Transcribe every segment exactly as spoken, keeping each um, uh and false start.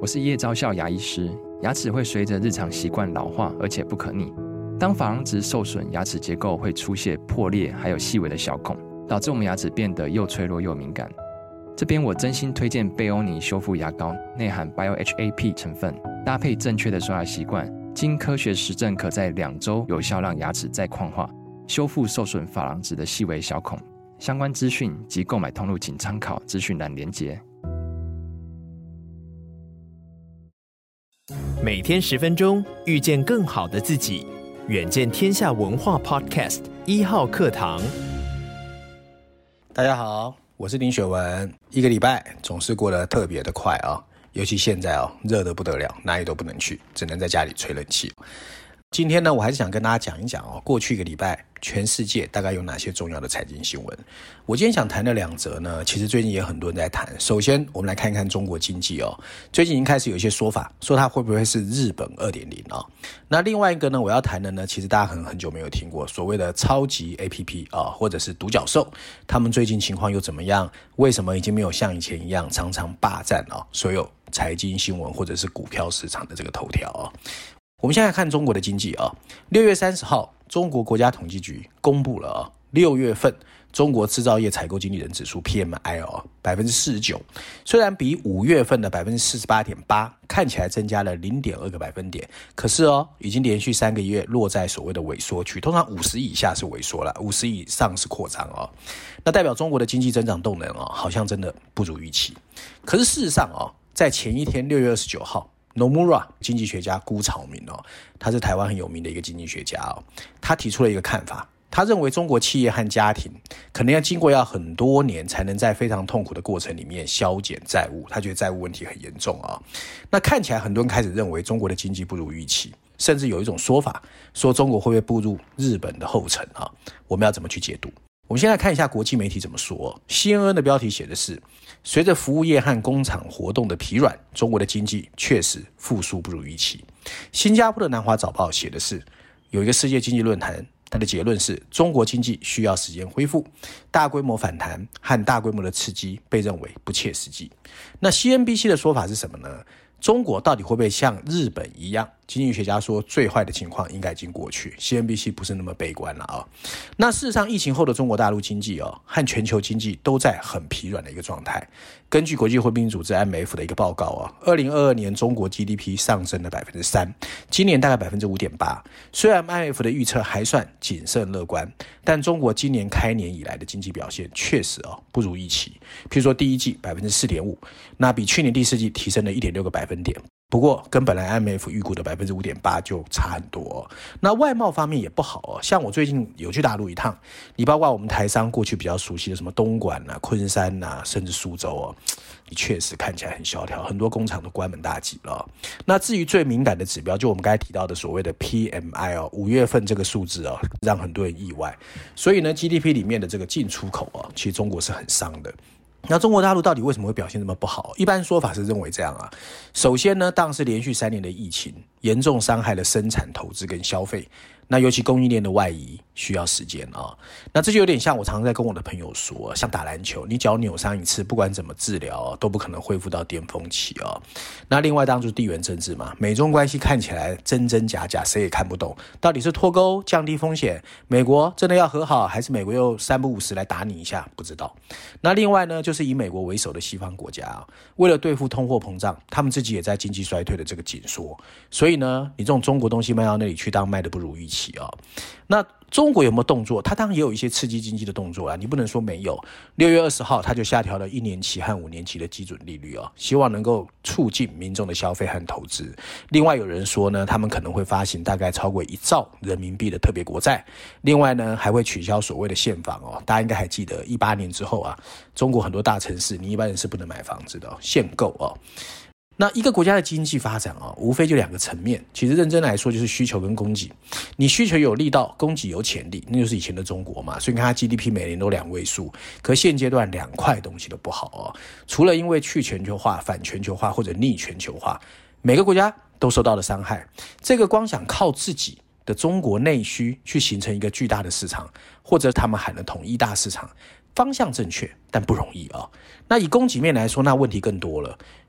我是叶昭孝牙医师。牙齿会随着日常习惯老化，而且不可逆。当珐琅质受损，牙齿结构会出现破裂，还有细微的小孔，导致我们牙齿变得又脆弱又敏感。这边我真心推荐贝欧尼修复牙膏，内含 B I O H A P 成分，搭配正确的刷牙习惯，经科学实证可在两周有效让牙齿再矿化，修复受损珐琅质的细微小孔。相关资讯及购买通路请参考资讯栏连结。 每天十分钟，遇见更好的自己。远见天下文化 Podcast 一号课堂。 大家好，我是林雪文。一个礼拜总是过得特别的快啊、哦，尤其现在哦，热得不得了，哪里都不能去，只能在家里吹冷气。今天呢，我还是想跟大家讲一讲哦，过去一个礼拜全世界大概有哪些重要的财经新闻。我今天想谈的两则呢，其实最近也很多人在谈。首先我们来看一看中国经济哦，最近已经开始有一些说法，说它会不会是日本 二点零 哦。那另外一个呢，我要谈的呢，其实大家可能很久没有听过，所谓的超级 A P P 啊、哦，或者是独角兽，他们最近情况又怎么样？为什么已经没有像以前一样常常霸占哦所有财经新闻或者是股票市场的这个头条哦？我们现在看中国的经济啊，六月三十号，中国国家统计局公布了啊，六月份中国制造业采购经理人指数 P M I 哦，百分之四十九，虽然比五月份的百分之四十八点八看起来增加了零点二个百分点，可是哦，已经连续三个月落在所谓的萎缩区。通常五十以下是萎缩了，五十以上是扩张哦。那代表中国的经济增长动能哦，好像真的不如预期。可是事实上哦，在前一天六月二十九号。Nomura 经济学家辜朝明哦，他是台湾很有名的一个经济学家哦，他提出了一个看法，他认为中国企业和家庭可能要经过要很多年才能在非常痛苦的过程里面削减债务，他觉得债务问题很严重啊、哦。那看起来很多人开始认为中国的经济不如预期，甚至有一种说法说中国会不会步入日本的后尘啊？我们要怎么去解读？我们先来看一下国际媒体怎么说。C N N 的标题写的是，随着服务业和工厂活动的疲软，中国的经济确实复苏不如预期。新加坡的南华早报写的是，有一个世界经济论坛，它的结论是中国经济需要时间恢复，大规模反弹和大规模的刺激被认为不切实际。那 C N B C 的说法是什么呢？中国到底会不会像日本一样？经济学家说最坏的情况应该已经过去， C N B C 不是那么悲观了啊、哦。那事实上疫情后的中国大陆经济哦和全球经济都在很疲软的一个状态。根据国际货币组织 I M F 的一个报告啊、哦，二零二二年中国 G D P 上升了 百分之三， 今年大概 百分之五点八。虽然 I M F 的预测还算谨慎乐观，但中国今年开年以来的经济表现确实哦不如预期。譬如说第一季 百分之四点五， 那比去年第四季提升了 一点六个百分点。不过跟本来 I M F 预估的 百分之五点八 就差很多、哦、那外贸方面也不好、哦、像我最近有去大陆一趟，你包括我们台商过去比较熟悉的什么东莞啊、昆山啊，甚至苏州哦，你确实看起来很萧条，很多工厂都关门大吉了、哦。那至于最敏感的指标，就我们刚才提到的所谓的 P M I 哦，五月份这个数字哦，让很多人意外。所以呢 G D P 里面的这个进出口哦，其实中国是很伤的。那中国大陆到底为什么会表现这么不好？一般说法是认为这样啊，首先呢，当然是连续三年的疫情严重伤害了生产、投资跟消费，那尤其供应链的外移需要时间啊。那这就有点像我常常在跟我的朋友说，像打篮球，你脚扭伤一次，不管怎么治疗都不可能恢复到巅峰期啊。那另外当然就是地缘政治嘛，美中关系看起来真真假假，谁也看不懂，到底是脱钩降低风险，美国真的要和好，还是美国又三不五时来打你一下，不知道。那另外呢，就是以美国为首的西方国家啊，为了对付通货膨胀，他们自己也在经济衰退的这个紧缩，所以呢，你这种中国东西卖到那里去，当卖的不如预期啊。那中国有没有动作？它当然也有一些刺激经济的动作啦，你不能说没有。六月二十号，它就下调了一年期和五年期的基准利率哦，希望能够促进民众的消费和投资。另外有人说呢，他们可能会发行大概超过一兆人民币的特别国债。另外呢，还会取消所谓的限房哦，大家应该还记得，一八年之后啊，中国很多大城市你一般人是不能买房子的、哦，限购哦。那一个国家的经济发展啊，无非就两个层面，其实认真来说就是需求跟供给。你需求有力道，供给有潜力，那就是以前的中国嘛。所以你看它 G D P 每年都两位数，可现阶段两块东西都不好哦。除了因为去全球化、反全球化或者逆全球化，每个国家都受到了伤害。这个光想靠自己的中国内需去形成一个巨大的市场，或者他们喊的统一大市场，方向正确，但不容易啊、哦。那以供给面来说，那问题更多了。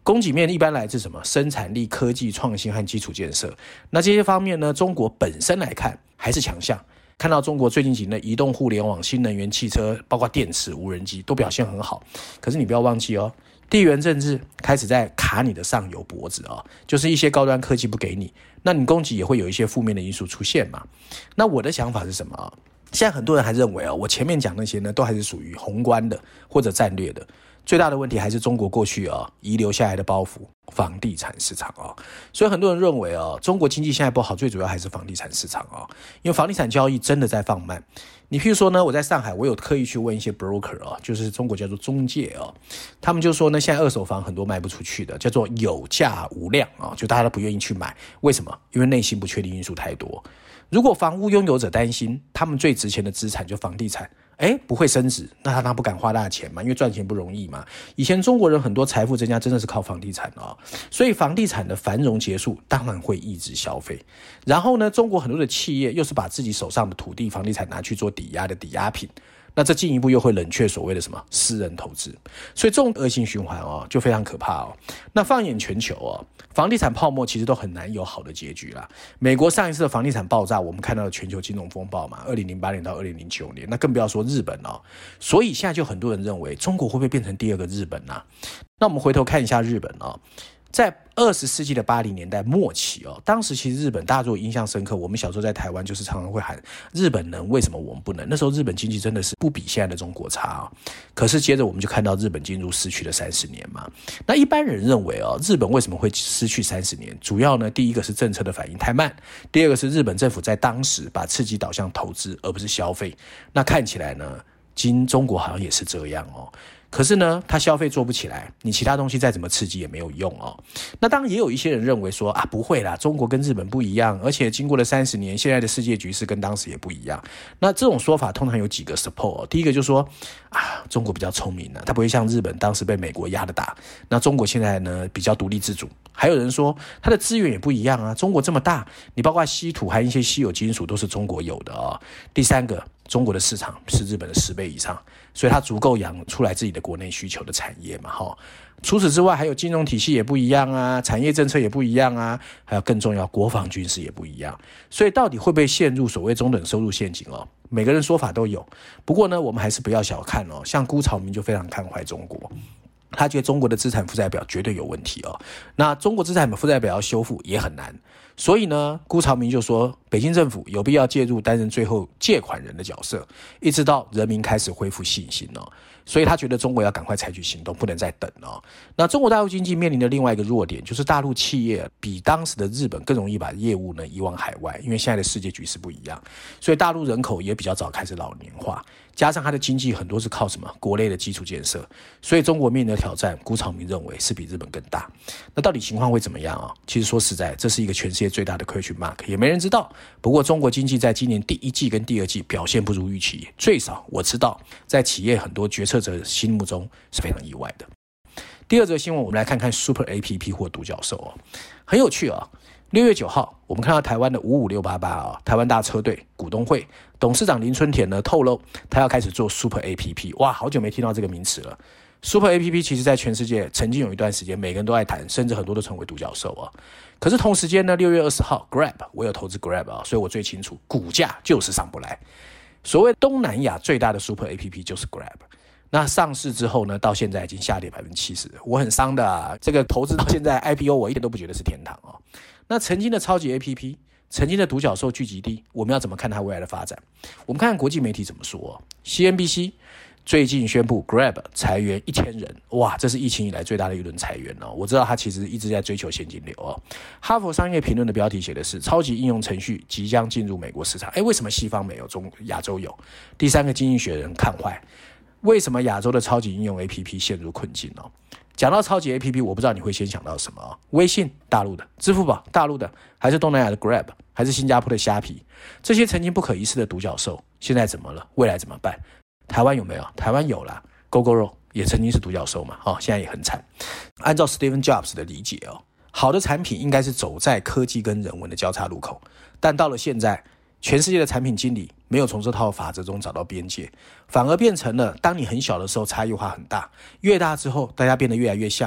供给面一般来自什么？生产力、科技创新和基础建设。那这些方面呢，中国本身来看还是强项。看到中国最近几年的移动互联网、新能源汽车，包括电池、无人机都表现很好。可是你不要忘记哦，地缘政治开始在卡你的上游脖子啊、哦，就是一些高端科技不给你，那你供给也会有一些负面的因素出现嘛。那我的想法是什么啊？现在很多人还认为啊，我前面讲那些呢，都还是属于宏观的或者战略的。最大的问题还是中国过去啊遗留下来的包袱，房地产市场啊。所以很多人认为啊，中国经济现在不好，最主要还是房地产市场啊，因为房地产交易真的在放慢。你譬如说呢，我在上海，我有刻意去问一些 broker 啊，就是中国叫做中介啊，他们就说呢，现在二手房很多卖不出去的，叫做有价无量啊，就大家都不愿意去买。为什么？因为内心不确定因素太多。如果房屋拥有者担心他们最值钱的资产就房地产哎，不会升值，那他当然不敢花大钱嘛，因为赚钱不容易嘛。以前中国人很多财富增加真的是靠房地产哦，所以房地产的繁荣结束当然会抑制消费。然后呢，中国很多的企业又是把自己手上的土地房地产拿去做抵押的抵押品，那这进一步又会冷却所谓的什么私人投资，所以这种恶性循环哦就非常可怕哦。那放眼全球哦，房地产泡沫其实都很难有好的结局啦。美国上一次的房地产爆炸，我们看到了全球金融风暴嘛，二零零八年到二零零九年，那更不要说日本哦。所以现在就很多人认为中国会不会变成第二个日本啊？那我们回头看一下日本哦。在二十世纪的八零年代末期哦，当时其实日本大家如果印象深刻，我们小时候在台湾就是常常会喊日本能，为什么我们不能？那时候日本经济真的是不比现在的中国差哦。可是接着我们就看到日本进入失去了三十年嘛。那一般人认为哦，日本为什么会失去三十年？主要呢，第一个是政策的反应太慢，第二个是日本政府在当时把刺激导向投资而不是消费。那看起来呢，今中国好像也是这样哦。可是呢，它消费做不起来，你其他东西再怎么刺激也没有用哦。那当然也有一些人认为说啊，不会啦，中国跟日本不一样，而且经过了三十年，现在的世界局势跟当时也不一样。那这种说法通常有几个 support， 第一个就是说啊，中国比较聪明啊，它不会像日本当时被美国压着打。那中国现在呢比较独立自主。还有人说它的资源也不一样啊，中国这么大，你包括稀土还有一些稀有金属都是中国有的哦。第三个，中国的市场是日本的十倍以上，所以它足够养出来自己的国内需求的产业嘛，齁。除此之外，还有金融体系也不一样啊，产业政策也不一样啊，还有更重要，国防军事也不一样。所以到底会不会陷入所谓中等收入陷阱哦？每个人说法都有。不过呢，我们还是不要小看哦，像辜朝明就非常看坏中国。他觉得中国的资产负债表绝对有问题哦，那中国资产负债表要修复也很难，所以呢，辜朝明就说，北京政府有必要介入，担任最后借款人的角色，一直到人民开始恢复信心哦。所以他觉得中国要赶快采取行动，不能再等哦。那中国大陆经济面临的另外一个弱点，就是大陆企业比当时的日本更容易把业务呢移往海外，因为现在的世界局势不一样，所以大陆人口也比较早开始老年化，加上它的经济很多是靠什么国内的基础建设，所以中国面临的挑战，辜朝明认为是比日本更大。那到底情况会怎么样啊？其实说实在，这是一个全世界最大的 question mark， 也没人知道。不过中国经济在今年第一季跟第二季表现不如预期，最少我知道，在企业很多决策者心目中是非常意外的。第二则新闻，我们来看看 Super A P P 或独角兽哦，很有趣啊。六月九号，我们看到台湾的五五六八八啊，台湾大车队股东会董事长林春田呢透露，他要开始做 Super A P P。哇，好久没听到这个名词了。Super A P P 其实在全世界曾经有一段时间，每个人都在谈，甚至很多都成为独角兽啊。可是同时间呢，六月二十号 Grab， 我有投资 Grab 啊，所以我最清楚，股价就是上不来。所谓东南亚最大的 Super A P P 就是 Grab。那上市之后呢，到现在已经下跌 百分之七十， 我很伤的啊。这个投资到现在 I P O 我一点都不觉得是天堂哦。那曾经的超级 A P P， 曾经的独角兽聚集地，我们要怎么看它未来的发展？我们看看国际媒体怎么说。 C N B C 最近宣布 Grab 裁员一千人，哇，这是疫情以来最大的一轮裁员哦。我知道他其实一直在追求现金流哦。哈佛商业评论的标题写的是超级应用程序即将进入美国市场。诶，为什么西方没有，中亚洲有？第三个经济学人看坏，为什么亚洲的超级应用 A P P 陷入困境哦？讲到超级 A P P， 我不知道你会先想到什么、哦、微信大陆的，支付宝大陆的，还是东南亚的 Grab， 还是新加坡的虾皮？这些曾经不可一世的独角兽现在怎么了？未来怎么办？台湾有没有？台湾有啦， Gogoro 也曾经是独角兽嘛、哦、现在也很惨。按照 Steve Jobs 的理解哦，好的产品应该是走在科技跟人文的交叉路口，但到了现在，全世界的产品经理没有从这套法则中找到边界，反而变成了当你很小的时候差异化很大，越大之后大家变得越来越像，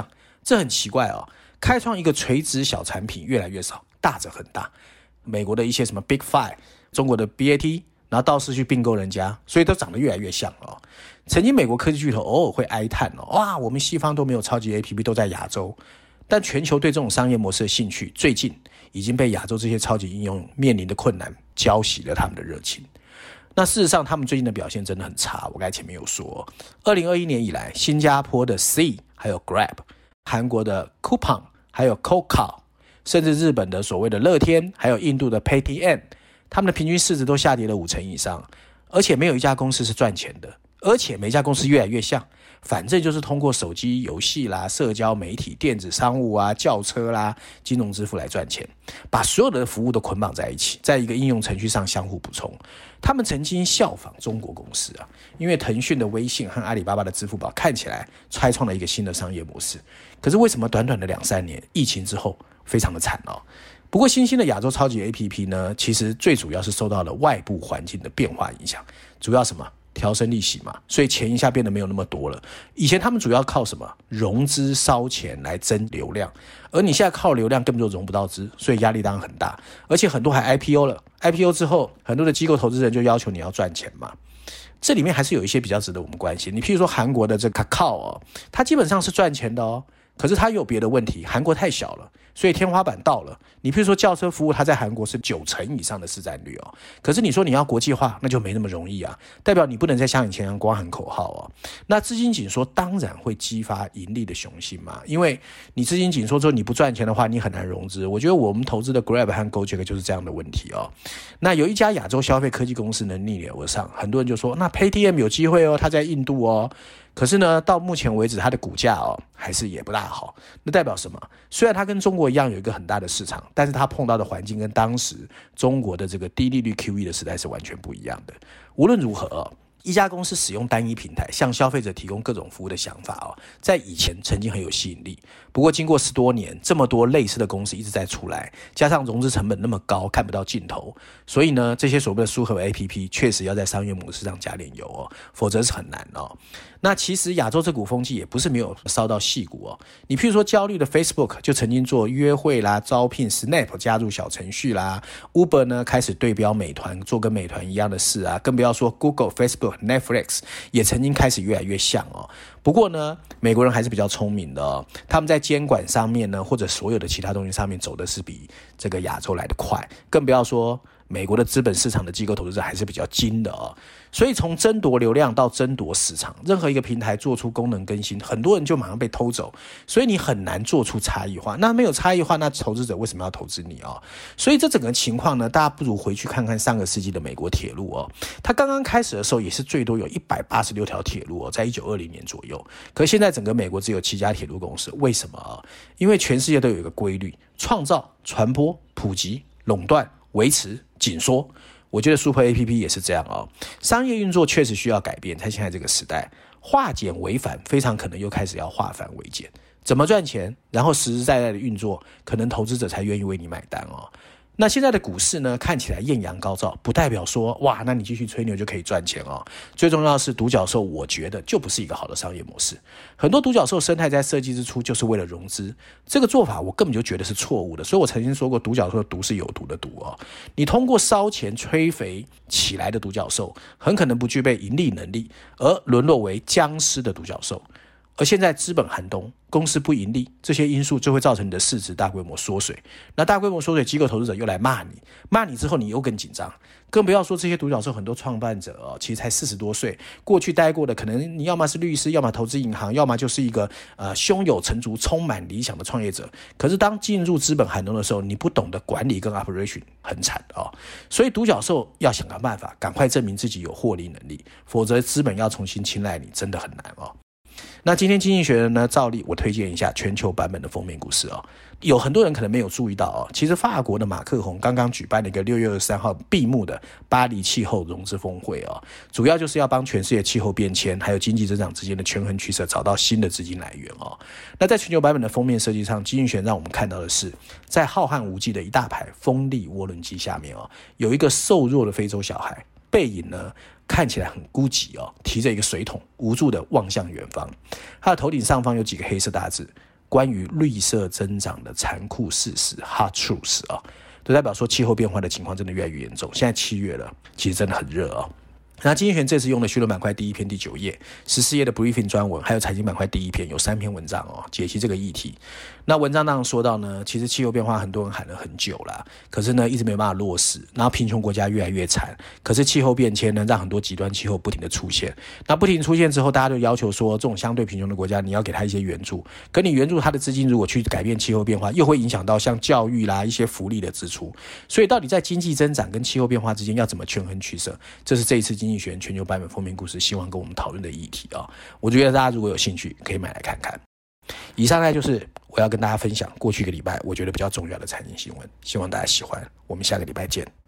这很奇怪哦，开创一个垂直小产品越来越少，大者很大。美国的一些什么 Big Five， 中国的 B A T， 然后倒是去并购人家，所以都长得越来越像了哦。曾经美国科技巨头偶尔会哀叹哦，哇，我们西方都没有超级 A P P， 都在亚洲。但全球对这种商业模式的兴趣，最近已经被亚洲这些超级应用面临的困难浇熄了他们的热情。那事实上他们最近的表现真的很差，我刚才前面有说，二零二一年以来，新加坡的 C 还有 Grab， 韩国的 Coupang 还有 Kakao， 甚至日本的所谓的乐天，还有印度的 Paytm， 他们的平均市值都下跌了五成以上，而且没有一家公司是赚钱的，而且每一家公司越来越像，反正就是通过手机游戏啦、社交媒体、电子商务啊、轿车啦、金融支付来赚钱，把所有的服务都捆绑在一起，在一个应用程序上相互补充。他们曾经效仿中国公司啊，因为腾讯的微信和阿里巴巴的支付宝看起来开创了一个新的商业模式，可是为什么短短的两三年，疫情之后非常的惨哦？不过新兴的亚洲超级 A P P 呢，其实最主要是受到了外部环境的变化影响，主要什么？调升利息嘛，所以钱一下变得没有那么多了。以前他们主要靠什么？融资烧钱来增流量，而你现在靠流量根本就融不到资，所以压力当然很大，而且很多还 I P O 了。I P O 之后，很多的机构投资人就要求你要赚钱嘛。这里面还是有一些比较值得我们关心。你譬如说韩国的这个 Kakao 哦，它基本上是赚钱的哦，可是它有别的问题，韩国太小了，所以天花板到了。你譬如说轿车服务，它在韩国是九成以上的市占率哦，可是你说你要国际化，那就没那么容易啊，代表你不能再像以前一样光喊口号哦。那资金紧缩当然会激发盈利的雄心嘛，因为你资金紧缩之后你不赚钱的话，你很难融资。我觉得我们投资的 Grab 和 Gojek 就是这样的问题哦。那有一家亚洲消费科技公司能逆流而上，很多人就说那 Paytm 有机会哦，它在印度哦。可是呢，到目前为止它的股价哦还是也不大好。那代表什么？虽然它跟中国一样有一个很大的市场，但是它碰到的环境跟当时中国的这个低利率 Q E 的时代是完全不一样的。无论如何哦，一家公司使用单一平台向消费者提供各种服务的想法哦，在以前曾经很有吸引力。不过经过十多年，这么多类似的公司一直在出来，加上融资成本那么高，看不到尽头，所以呢，这些所谓的苏荷 A P P 确实要在商业模式上加点油哦，否则是很难哦。那其实亚洲这股风气也不是没有烧到矽谷哦。你譬如说焦虑的 Facebook 就曾经做约会啦、招聘 Snap 加入小程序啦 ，Uber 呢开始对标美团，做跟美团一样的事啊，更不要说 Google、Facebook、Netflix 也曾经开始越来越像哦。不过呢，美国人还是比较聪明的哦，他们在监管上面呢，或者所有的其他东西上面走的是比这个亚洲来得快，更不要说美国的资本市场的机构投资者还是比较精的哦。所以从争夺流量到争夺市场，任何一个平台做出功能更新，很多人就马上被偷走，所以你很难做出差异化。那没有差异化，那投资者为什么要投资你哦？所以这整个情况呢，大家不如回去看看上个世纪的美国铁路哦。它刚刚开始的时候也是最多有一百八十六条铁路哦，在一九二零年左右。可是现在整个美国只有七家铁路公司，为什么啊？因为全世界都有一个规律：创造、传播、普及、垄断、维持、紧缩。我觉得 Super A P P 也是这样哦，商业运作确实需要改变，在现在这个时代，化简为繁，非常可能又开始要化繁为简。怎么赚钱，然后实实在在的运作，可能投资者才愿意为你买单哦。那现在的股市呢，看起来艳阳高照，不代表说哇，那你继续吹牛就可以赚钱哦。最重要的是，独角兽我觉得就不是一个好的商业模式。很多独角兽生态在设计之初就是为了融资，这个做法我根本就觉得是错误的。所以我曾经说过，独角兽的毒是有毒的毒哦。你通过烧钱催肥起来的独角兽，很可能不具备盈利能力，而沦落为僵尸的独角兽。而现在资本寒冬，公司不盈利，这些因素就会造成你的市值大规模缩水。那大规模缩水，机构投资者又来骂你，骂你之后你又更紧张。更不要说这些独角兽很多创办者哦，其实才四十多岁，过去待过的可能你要么是律师，要么投资银行，要么就是一个呃胸有成竹、充满理想的创业者。可是当进入资本寒冬的时候，你不懂得管理跟 operation， 很惨哦。所以独角兽要想个办法，赶快证明自己有获利能力，否则资本要重新青睐你，真的很难哦。那今天经济学人呢，照例我推荐一下全球版本的封面故事哦。有很多人可能没有注意到哦，其实法国的马克宏刚刚举办了一个六月二十三号闭幕的巴黎气候融资峰会哦，主要就是要帮全世界气候变迁还有经济增长之间的权衡取舍找到新的资金来源哦。那在全球版本的封面设计上，经济学人让我们看到的是，在浩瀚无际的一大排风力涡轮机下面哦，有一个瘦弱的非洲小孩，背影呢看起来很孤寂哦，提着一个水桶，无助的望向远方。他的头顶上方有几个黑色大字关于绿色增长的残酷事实 hard truths 啊，就代表说气候变化的情况真的越来越严重。现在七月了，其实真的很热啊。那经济学人这次用的绪论板块第一篇第九页十四页的 briefing 专文，还有财经板块第一篇有三篇文章哦，解析这个议题。那文章当然说到呢，其实气候变化很多人喊了很久啦，可是呢一直没有办法落实，然后贫穷国家越来越惨，可是气候变迁呢让很多极端气候不停的出现，那不停出现之后，大家就要求说这种相对贫穷的国家你要给他一些援助，可你援助他的资金如果去改变气候变化，又会影响到像教育啦一些福利的支出，所以到底在经济增长跟气候变化之间要怎么权衡取舍，这是这一次经济学人全球版本封面故事希望跟我们讨论的议题啊。我觉得大家如果有兴趣可以买来看看。以上呢就是我要跟大家分享过去一个礼拜我觉得比较重要的财经新闻，希望大家喜欢，我们下个礼拜见。